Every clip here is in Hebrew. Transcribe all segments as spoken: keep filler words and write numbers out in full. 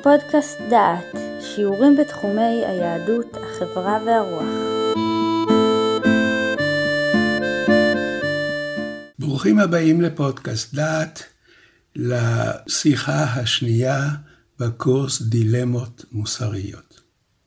פודקאסט דעת, שיעורים בתחומי היהדות, החברה והרוח. ברוכים הבאים לפודקאסט דעת, לשיחה השנייה בקורס דילמות מוסריות.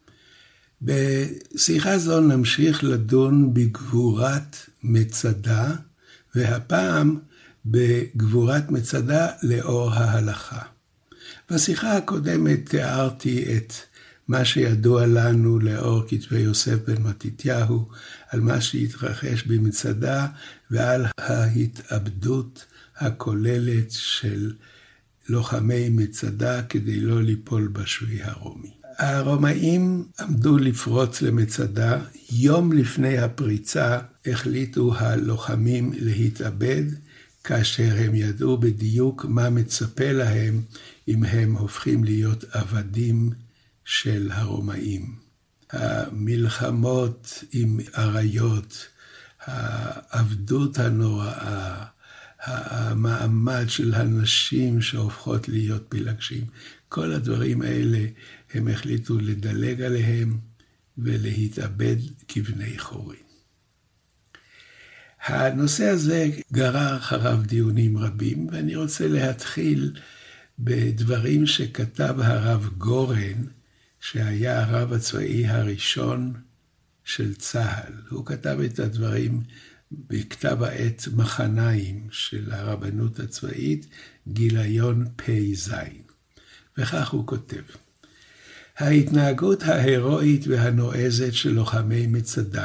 בשיחה זו נמשיך לדון בגבורת מצדה, והפעם בגבורת מצדה לאור ההלכה. בשיחה הקודמת תיארתי את מה שידוע לנו לאור כתבי יוסף בן מתתיהו, על מה שהתרחש במצדה ועל ההתאבדות הכוללת של לוחמי מצדה כדי לא ליפול בשבי הרומי. הרומאים עמדו לפרוץ למצדה, יום לפני הפריצה החליטו הלוחמים להתאבד, כאשר הם ידעו בדיוק מה מצפה להם אם הם הופכים להיות עבדים של הרומאים. המלחמות עם אריות, העבדות הנוראה, המעמד של הנשים שהופכות להיות פילגשים, כל הדברים האלה הם החליטו לדלג עליהם ולהתאבד כבני חורין. הנושא הזה גרר אחריו דיונים רבים, ואני רוצה להתחיל בדברים שכתב הרב גורן, שהיה הרב הצבאי הראשון של צה"ל. הוא כתב את הדברים בכתב העת מחניים של הרבנות הצבאית, גיליון פ"ז. וכך הוא כותב: ההתנהגות ההירואית והנועזת של לוחמי מצדה,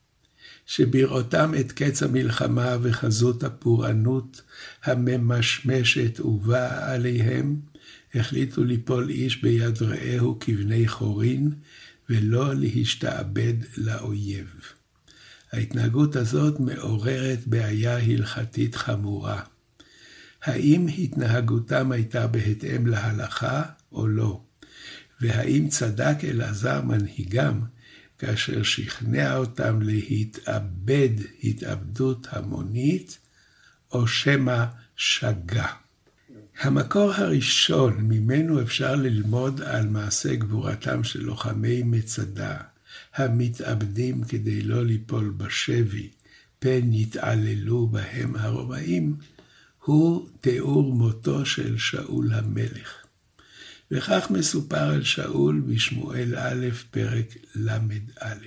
שבראותם את קץ המלחמה וחזות הפורענות הממשמשת ובאה עליהם, החליטו ליפול איש ביד רעהו כבני חורין, ולא להשתעבד לאויב. ההתנהגות הזאת מעוררת בעיה הלכתית חמורה. האם התנהגותם הייתה בהתאם להלכה או לא? והאם צדק אלעזר מנהיגם, כאשר שכנע אותם להתאבד התאבדות המונית, או שמא שגה. המקור הראשון ממנו אפשר ללמוד על מעשה גבורתם של לוחמי מצדה, המתאבדים כדי לא ליפול בשבי, פן יתעללו בהם הרומאים, הוא תיאור מותו של שאול המלך. וכך מסופר על שאול בשמואל א' פרק למ"א.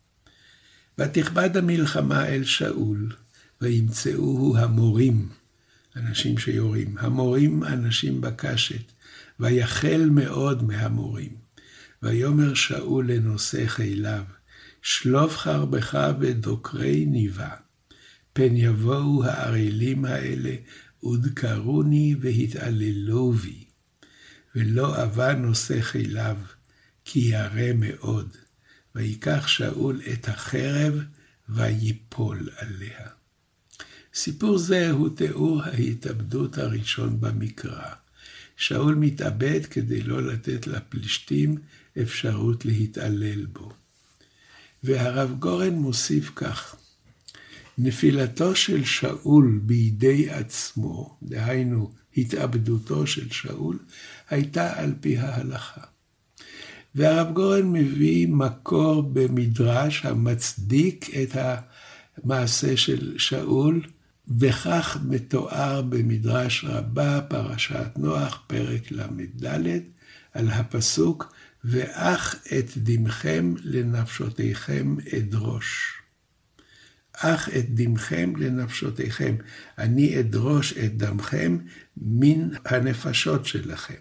ותכבד המלחמה אל שאול, וימצאוהו המורים, אנשים שיורים, המורים אנשים בקשת, ויחל מאוד מהמורים. ויאמר שאול לנושא חיליו, שלוף חרבך ודוקרי ניבה, פן יבואו הערלים האלה, ודקרוני והתעללו בי. ולא אבה נושא חיליו, כי ירא מאוד. ויקח שאול את החרב, ויפול עליה. סיפור זה הוא תיאור ההתאבדות הראשון במקרא. שאול מתאבד כדי לא לתת לפלישתים אפשרות להתעלל בו. והרב גורן מוסיף כך: נפילתו של שאול בידי עצמו, דהיינו התאבדותו של שאול, הייתה על פי ההלכה. והרב גורן מביא מקור במדרש המצדיק את המעשה של שאול, וכך מתואר במדרש רבה, פרשת נוח, פרק למ"ד, על הפסוק, ואך את דמכם לנפשותיכם אדרוש. אך את דמכם לנפשותיכם, אני אדרוש את דמכם מן הנפשות שלכם.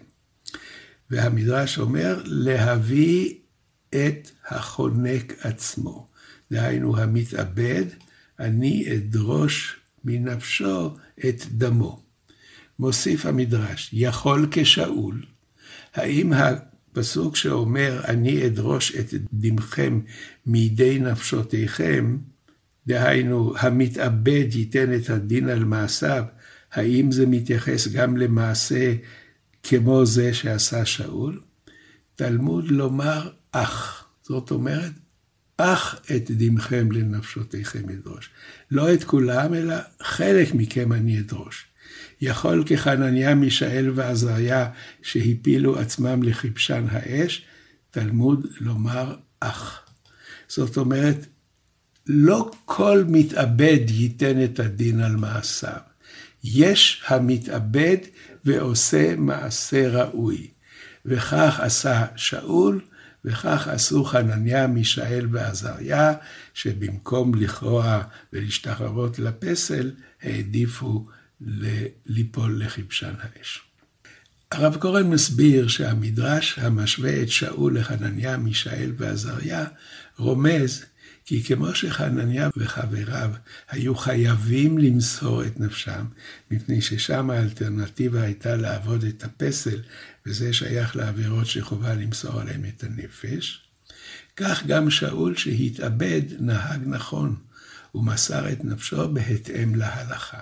והמדרש אומר, להביא את החונק עצמו. דהיינו המתאבד, אני אדרוש מנפשו את דמו. מוסיף המדרש, יכול כשאול. האם הפסוק שאומר, אני אדרוש את דמכם מידי נפשותיכם, דהיינו, המתאבד ייתן את הדין על מעשיו, האם זה מתייחס גם למעשה כמו זה שעשה שאול? תלמוד לומר אך, זאת אומרת, אך את דמכם לנפשותיכם אדרוש. לא את כולם, אלא חלק מכם אני אדרוש. יכול כחנניה, מישאל ועזריה שהפילו עצמם לכבשן האש, תלמוד לומר אך. זאת אומרת, לא כל מתאבד ייתן את הדין על מעשיו. יש המתאבד ועושה מעשה ראוי. וכך עשה שאול, וכך עשו חנניה, מישאל ועזריה, שבמקום לכרוע ולהשתחוות לפסל, העדיפו ליפול לכבשן האש. הרב גורן מסביר שהמדרש המשווה את שאול לחנניה, מישאל ועזריה, רומז כי כמו שחנניה וחבריו היו חייבים למסור את נפשם, מפני ששם האלטרנטיבה הייתה לעבוד את הפסל, וזה שייך לעבירות שחובה למסור עליהם את הנפש, כך גם שאול שהתאבד נהג נכון, ומסר את נפשו בהתאם להלכה.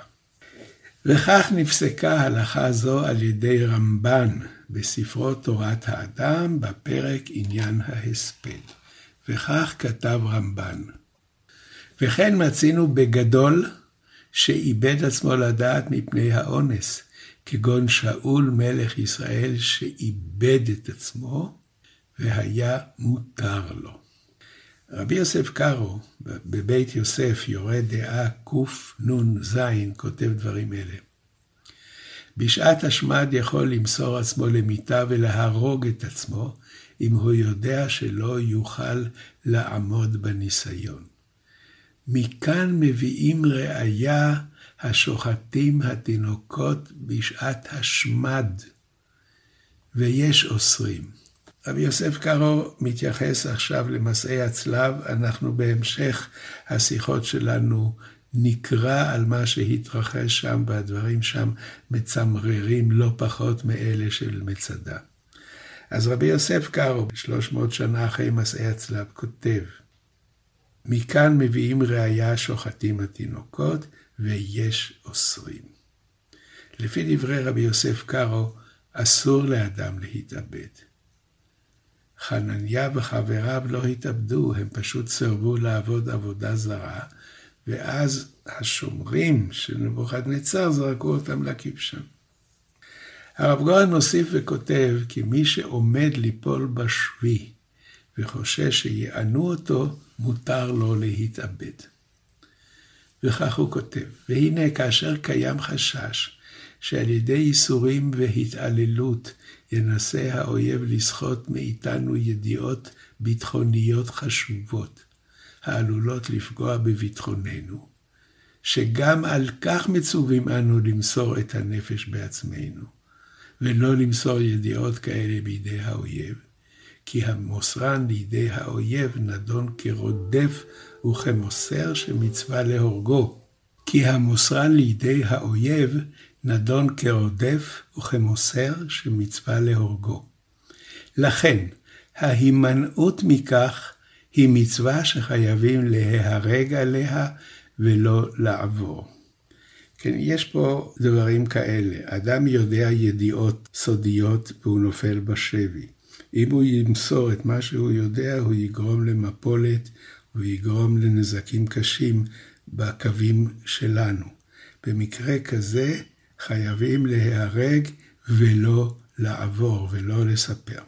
וכך נפסקה הלכה זו על ידי רמב"ן בספרו תורת האדם בפרק עניין ההספד. וכך כתב רמב"ן. וכן מצינו בגדול שאיבד עצמו לדעת מפני האונס, כגון שאול מלך ישראל שאיבד את עצמו והיה מותר לו. רבי יוסף קארו בבית יוסף יורה דעה קנ"ז כותב דברים אלה. בשעת השמד יכול למסור עצמו למיתה ולהרוג את עצמו, אם הוא יודע שלא יוכל לעמוד בניסיון. מכאן מביאים ראיה השוחטים התינוקות בשעת השמד, ויש אוסרים. רבי יוסף קארו מתייחס עכשיו למסעי הצלב, אנחנו בהמשך השיחות שלנו נקרא על מה שהתרחש שם, והדברים שם מצמררים לא פחות מאלה של מצדה. אז רבי יוסף קארו, שלוש מאות שנה אחרי מסעי הצלב, כותב, מכאן מביאים ראיה שוחטים התינוקות, ויש אוסרים. לפי דברי רבי יוסף קארו, אסור לאדם להתאבד. חנניה וחבריו לא התאבדו, הם פשוט סרבו לעבוד עבודה זרה, ואז השומרים של נבוכדנצר זרקו אותם לכבשן. הרב גורן מוסיף וכותב כי מי שעומד ליפול בשבי וחושש שיענו אותו, מותר לו להתאבד. וכך הוא כותב, והנה כאשר קיים חשש שעל ידי ייסורים והתעללות ינסה האויב לסחוט מאיתנו ידיעות ביטחוניות חשובות, העלולות לפגוע בביטחוננו, שגם על כך מצווים אנו למסור את הנפש בעצמנו, ולא למסור ידיעות כאלה בידי האויב, כי המוסרן לידי האויב נדון כרודף וכמוסר שמצווה להורגו. כי המוסרן לידי האויב נדון כרודף וכמוסר שמצווה להורגו. לכן, ההימנעות מכך היא מצווה שחייבים להיהרג עליה ולא לעבור. כן, יש פה דברים כאלה. אדם יודע ידיעות סודיות והוא נופל בשבי. אם הוא ימסור את מה שהוא יודע, הוא יגרום למפולת, הוא יגרום לנזקים קשים בקווים שלנו. במקרה כזה חייבים להיהרג ולא לעבור ולא לספר.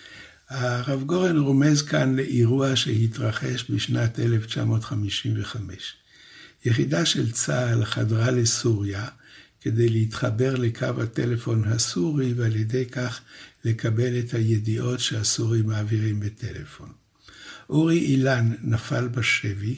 הרב גורן רומז כאן לאירוע שהתרחש בשנת אלף תשע מאות חמישים וחמש. יחידה של צה"ל חדרה לסוריה כדי להתחבר לקו הטלפון הסורי ועל ידי כך לקבל את הידיעות שהסורים מעבירים בטלפון. אורי אילן נפל בשבי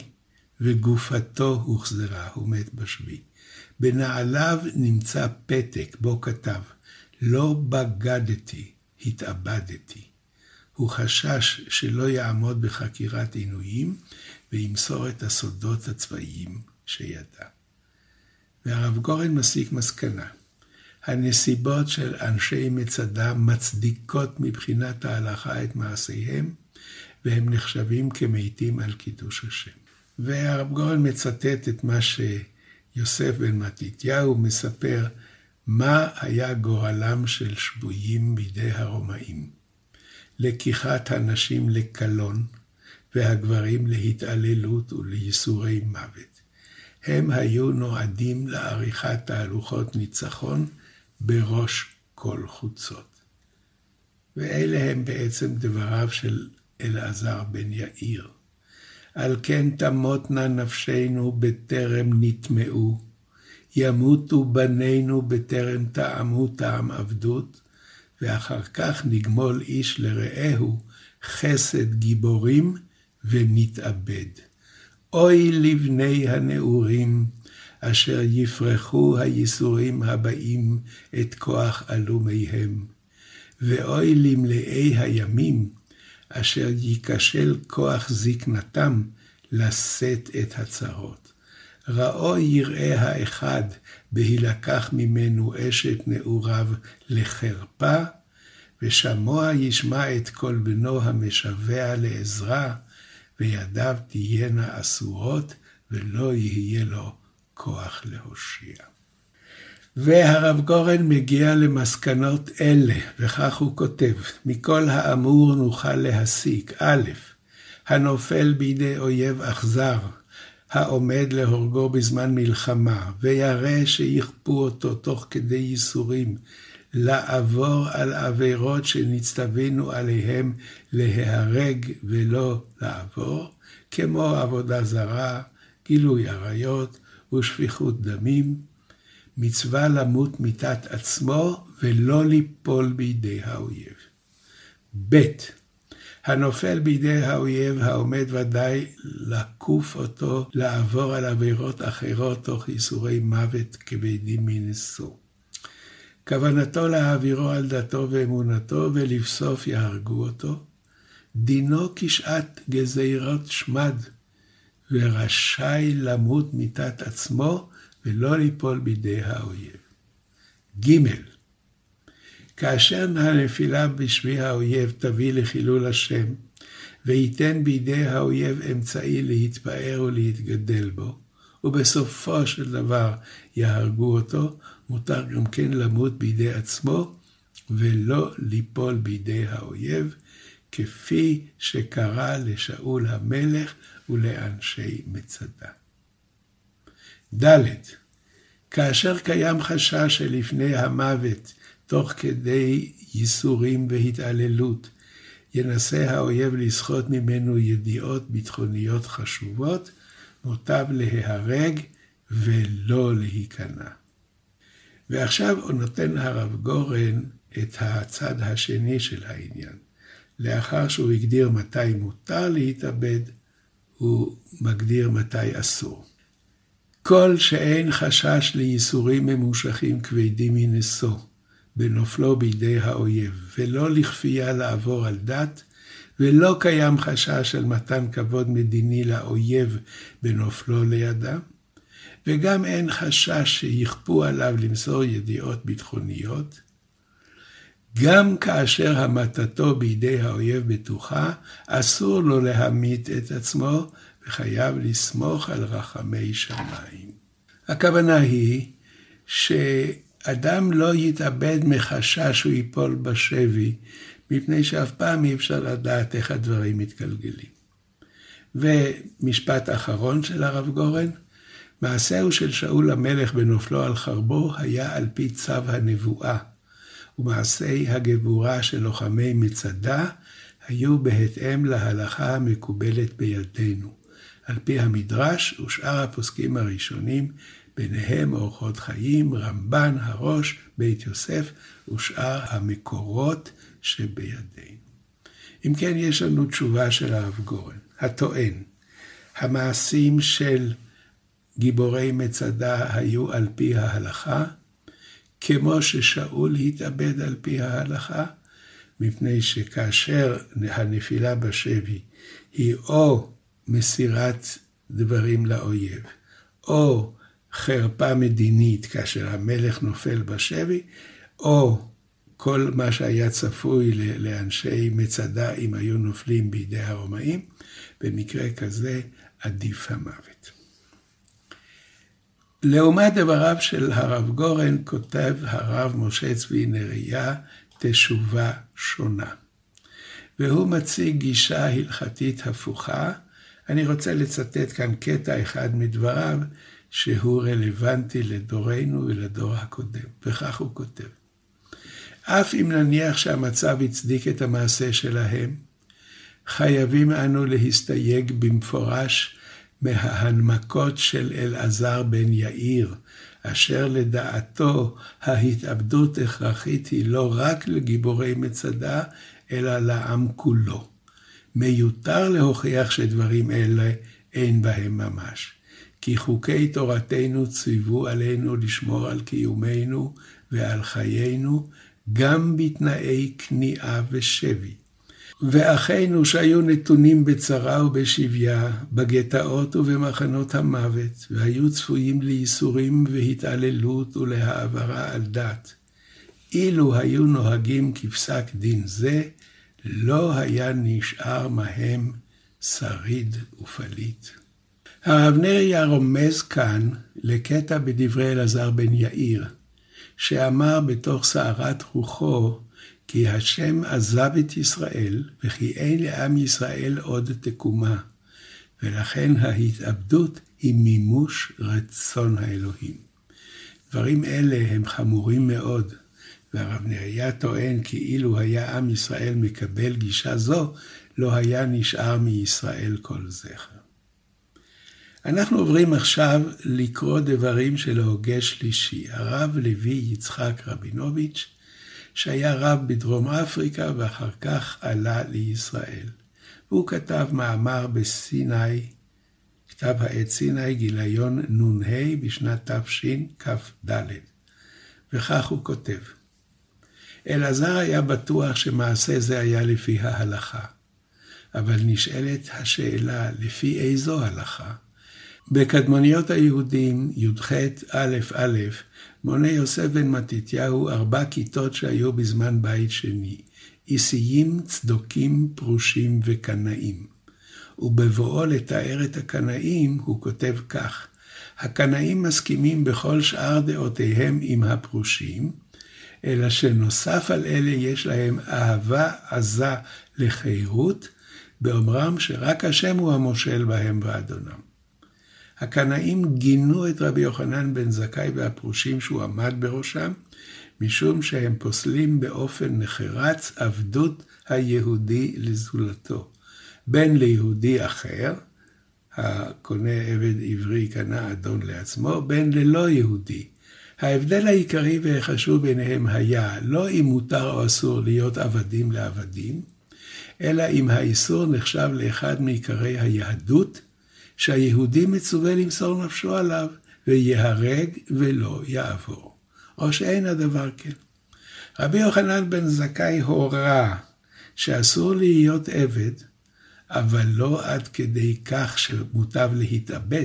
וגופתו הוחזרה, הוא מת בשבי. בנעליו נמצא פתק בו כתב, לא בגדתי, התאבדתי. הוא חשש שלא יעמוד בחקירת עינויים וימסור את הסודות הצבאיים שידע. והרב גורן מסיק מסקנה. הנסיבות של אנשי מצדה מצדיקות מבחינת ההלכה את מעשיהם, והם נחשבים כמתים על קידוש השם. והרב גורן מצטט את מה שיוסף בן מתתיהו מספר, מה היה גורלם של שבויים בידי הרומאים. לקיחת הנשים לקלון, והגברים להתעללות ולייסורי מוות. הם היו נועדים לעריכת תהלוכות ניצחון בראש כל חוצות. ואלה הם בעצם דבריו של אלעזר בן יאיר. על כן תמותנה נפשנו בטרם נטמעו, ימותו בנינו בטרם טעמו טעם עבדות, ואחר כך נגמול איש לרעהו חסד גיבורים ונתאבד. אוי לבני הנעורים, אשר יפרחו הייסורים הבאים את כוח אלומיהם, ואוי למלאי הימים, אשר ייכשל כוח זקנתם לשאת את הצרות. ראו יראה האחד בהילקח ממנו אשת נעוריו לחרפה, ושמוע ישמע את כל בנו המשווע לעזרה, וידיו תהיינה אסורות, ולא יהיה לו כוח להושיע. והרב גורן מגיע למסקנות אלה, וכך הוא כותב, מכל האמור נוכל להסיק, א', הנופל בידי אויב אכזר, העומד להורגו בזמן מלחמה, וירא שיכפו אותו תוך כדי ייסורים, לעבור על עבירות שנצטווינו עליהם להיהרג ולא לעבור, כמו עבודה זרה, גילוי עריות ושפיכות דמים, מצווה למות מיתת עצמו ולא ליפול בידי האויב. ב' הנופל בידי האויב העומד ודאי לקוף אותו לעבור על עבירות אחרות תוך ייסורי מוות כבדים מנשוא. כוונתו להעבירו על דתו ואמונתו ולבסוף יהרגו אותו, דינו כשעת גזירות שמד, ורשאי למות מיתת עצמו ולא ליפול בידי האויב. ג' כאשר הנפילה בשבי האויב תביא לחילול השם, וייתן בידי האויב אמצעי להתפאר ולהתגדל בו, ובסופו של דבר יהרגו אותו, מותר גם כן למות בידי עצמו, ולא ליפול בידי האויב, כפי שקרה לשאול המלך ולאנשי מצדה. ד' כאשר קיים חשש שלפני המוות, תוך כדי ייסורים והתעללות, ינסה האויב לסחוט ממנו ידיעות ביטחוניות חשובות, מוטב להיהרג ולא להיכנע. ועכשיו הוא נותן הרב גורן את הצד השני של העניין. לאחר שהוא הגדיר מתי מותר להתאבד, הוא מגדיר מתי אסור. כל שאין חשש לייסורים ממושכים כבדים מנשוא, בנופלו בידי האויב, ולא לכפייה לעבור על דת, ולא קיים חשש של מתן כבוד מדיני לאויב בנופלו לידם, וגם אין חשש שיכפו עליו למסור ידיעות ביטחוניות, גם כאשר המתתו בידי האויב בטוחה, אסור לו להמית את עצמו, וחייב לסמוך על רחמי שמיים. הכוונה היא שאדם לא יתאבד מחשש שהוא ייפול בשבי, מפני שאף פעם אי אפשר לדעת איך הדברים מתגלגלים. ומשפט אחרון של הרב גורן, מעשהו של שאול המלך בנופלו על חרבו היה על פי צו הנבואה, ומעשי הגבורה של לוחמי מצדה היו בהתאם להלכה המקובלת בידינו, על פי המדרש ושאר הפוסקים הראשונים, ביניהם אורחות חיים, רמב"ן, הראש, בית יוסף ושאר המקורות שבידינו. אם כן, יש לנו תשובה של הרב גורן, הטוען, המעשים של גיבורי מצדה היו על פי ההלכה, כמו ששאול התאבד על פי ההלכה, מפני שכאשר הנפילה בשבי היא או מסירת דברים לאויב, או חרפה מדינית כאשר המלך נופל בשבי, או כל מה שהיה צפוי לאנשי מצדה אם היו נופלים בידי הרומאים, במקרה כזה עדיף המוות. לעומת דבריו של הרב גורן כותב הרב משה צבי נריה תשובה שונה. והוא מציג גישה הלכתית הפוכה. אני רוצה לצטט כאן קטע אחד מדבריו שהוא רלוונטי לדורנו ולדור הקודם. וכך הוא כותב. אף אם נניח שהמצב הצדיק את המעשה שלהם, חייבים אנו להסתייג במפורש מההנמקות של אלעזר בן יאיר, אשר לדעתו ההתאבדות הכרחית היא לא רק לגיבורי מצדה, אלא לעם כולו. מיותר להוכיח שדברים אלה אין בהם ממש, כי חוקי תורתנו ציוו עלינו לשמור על קיומנו ועל חיינו, גם בתנאי כניעה ושבי. ואחינו שהיו נתונים בצרה ובשביה, בגטאות ובמחנות המוות, והיו צפויים לייסורים והתעללות ולהעברה על דת. אילו היו נוהגים כפסק דין זה, לא היה נשאר מהם שריד ופליט. הרב נריה רומז כאן לקטע בדברי אלעזר בן יאיר, שאמר בתוך סערת רוחו, כי השם עזב את ישראל, וכי אין לעם ישראל עוד תקומה, ולכן ההתאבדות היא מימוש רצון האלוהים. דברים אלה הם חמורים מאוד, והרב נריה טוען כי אילו היה עם ישראל מקבל גישה זו, לא היה נשאר מישראל כל זכר. אנחנו עוברים עכשיו לקרוא דברים של ההוגה שלישי, הרב לוי יצחק רבינוביץ', שהיה רב בדרום אפריקה ואחר כך עלה לישראל. והוא כתב מאמר בסיני, כתב העת סיני גיליון נ"ה בשנת תשכ"ד. וכך הוא כותב. אלעזר היה בטוח שמעשה זה היה לפי ההלכה, אבל נשאלת השאלה לפי איזו הלכה. בקדמוניות היהודים, י"ח א' א', מונה יוסף בן מתתיהו ארבע כיתות שהיו בזמן בית שני, איסיים, צדוקים, פרושים וקנאים. ובבואו לתאר את הקנאים, הוא כותב כך, הקנאים מסכימים בכל שאר דעותיהם עם הפרושים, אלא שנוסף על אלה יש להם אהבה עזה לחירות, באומרם שרק השם הוא המושל בהם ואדונם. הקנאים גינו את רבי יוחנן בן זכאי והפרושים שהוא עמד בראשם, משום שהם פוסלים באופן נחרץ עבדות היהודי לזולתו. בין ליהודי אחר, הקונה עבד עברי קנה אדון לעצמו, בין ללא יהודי. ההבדל העיקרי והחשוב ביניהם היה לא אם מותר או אסור להיות עבדים לעבדים, אלא אם האיסור נחשב לאחד מעיקרי היהדות, שהיהודי מצווה למסור נפשו עליו, ויהרג ולא יעבור. או שאין הדבר כן. רבי יוחנן בן זכאי הורה שאסור להיות עבד, אבל לא עד כדי כך שמוטב להתאבד.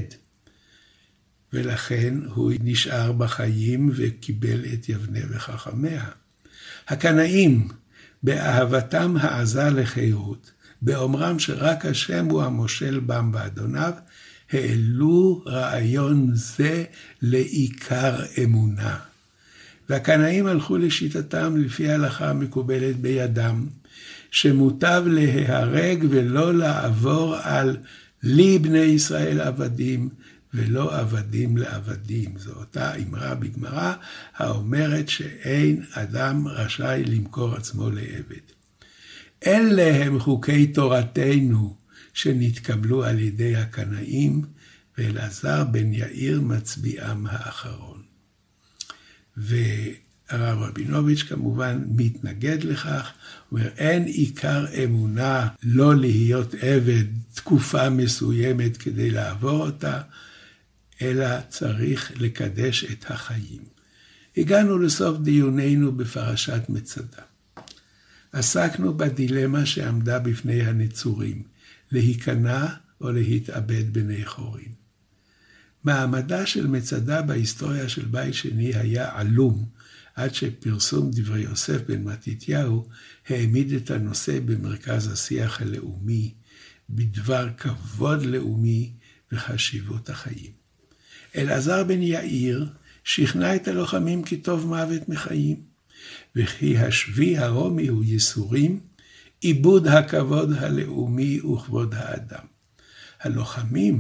ולכן הוא נשאר בחיים וקיבל את יבנה וחכמיה. הקנאים, באהבתם העזה לחירות, באומרם שרק השם הוא המושל בם באדוניו, העלו רעיון זה לעיקר אמונה. והקנאים הלכו לשיטתם לפי ההלכה המקובלת בידם, שמוטב להיהרג ולא לעבור על לי בני ישראל עבדים, ולא עבדים לעבדים. זו אותה אמרה בגמרא האומרת שאין אדם רשאי למכור עצמו לעבד. אלה הם חוקי תורתנו שנתקבלו על ידי הקנאים, ואלעזר בן יאיר מצביעם האחרון. והרב רבינוביץ' כמובן מתנגד לכך, אומר אין עיקר אמונה לא להיות עבד תקופה מסוימת כדי לעבור אותה, אלא צריך לקדש את החיים. הגענו לסוף דיוננו בפרשת מצדה. עסקנו בדילמה שעמדה בפני הנצורים, להיכנע או להתאבד בני חורין. מעמדה של מצדה בהיסטוריה של בית שני היה עלום, עד שפרסום דברי יוסף בן מתתיהו העמיד את הנושא במרכז השיח הלאומי, בדבר כבוד לאומי וחשיבות החיים. אלעזר בן יאיר שכנע את הלוחמים כי טוב מוות מחיים, וכי השבי הרומי הוא ייסורים, איבוד הכבוד הלאומי וכבוד האדם. הלוחמים,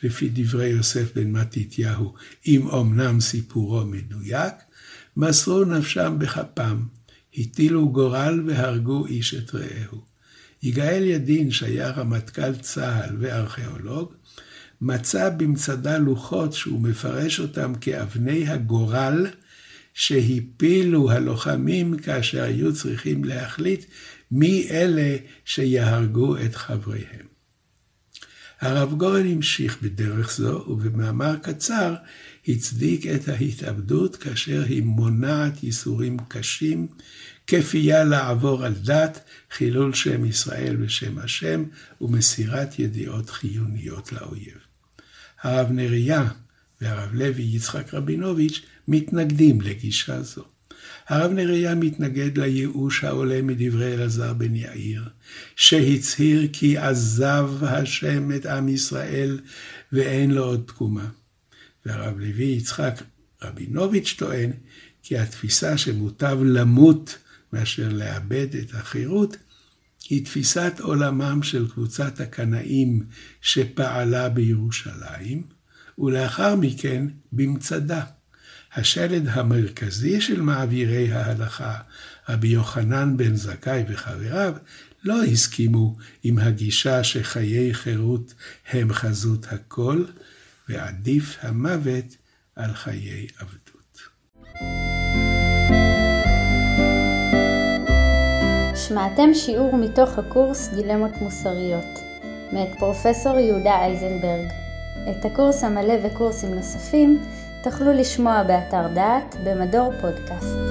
לפי דברי יוסף בן מתתיהו, אם אמנם סיפורו מדויק, מסרו נפשם בכפם, הטילו גורל והרגו איש את רעהו. יגאל ידין, שהיה רמטכ"ל צה"ל וארכיאולוג, מצא במצדה לוחות שהוא מפרש אותם כאבני הגורל שהפילו הלוחמים כאשר היו צריכים להחליט מי אלה שיהרגו את חבריהם. הרב גורן המשיך בדרך זו, ובמאמר קצר הצדיק את ההתאבדות כאשר היא מונעת ייסורים קשים, כפייה לעבור על דת, חילול שם ישראל ושם השם, ומסירת ידיעות חיוניות לאויב. הרב נריה והרב לוי יצחק רבינוביץ' מתנגדים לגישה זו. הרב נריה מתנגד לייאוש העולה מדברי אלעזר בן יאיר, שהצהיר כי עזב השם את עם ישראל ואין לו עוד תקומה. והרב לוי יצחק רבינוביץ' טוען כי התפיסה שמוטב למות מאשר לאבד את החירות, היא תפיסת עולמם של קבוצת הקנאים שפעלה בירושלים, ולאחר מכן במצדה. השלד המרכזי של מעבירי ההלכה, רבי יוחנן בן זכאי וחבריו, לא הסכימו עם הגישה שחיי חירות הם חזות הכל, ועדיף המוות על חיי עבדות. שמעתם שיעור מתוך הקורס דילמות מוסריות, מאת פרופסור יהודה אייזנברג. את הקורס המלא וקורסים נוספים תוכלו לשמוע באתר דעת במדור פודקאסט.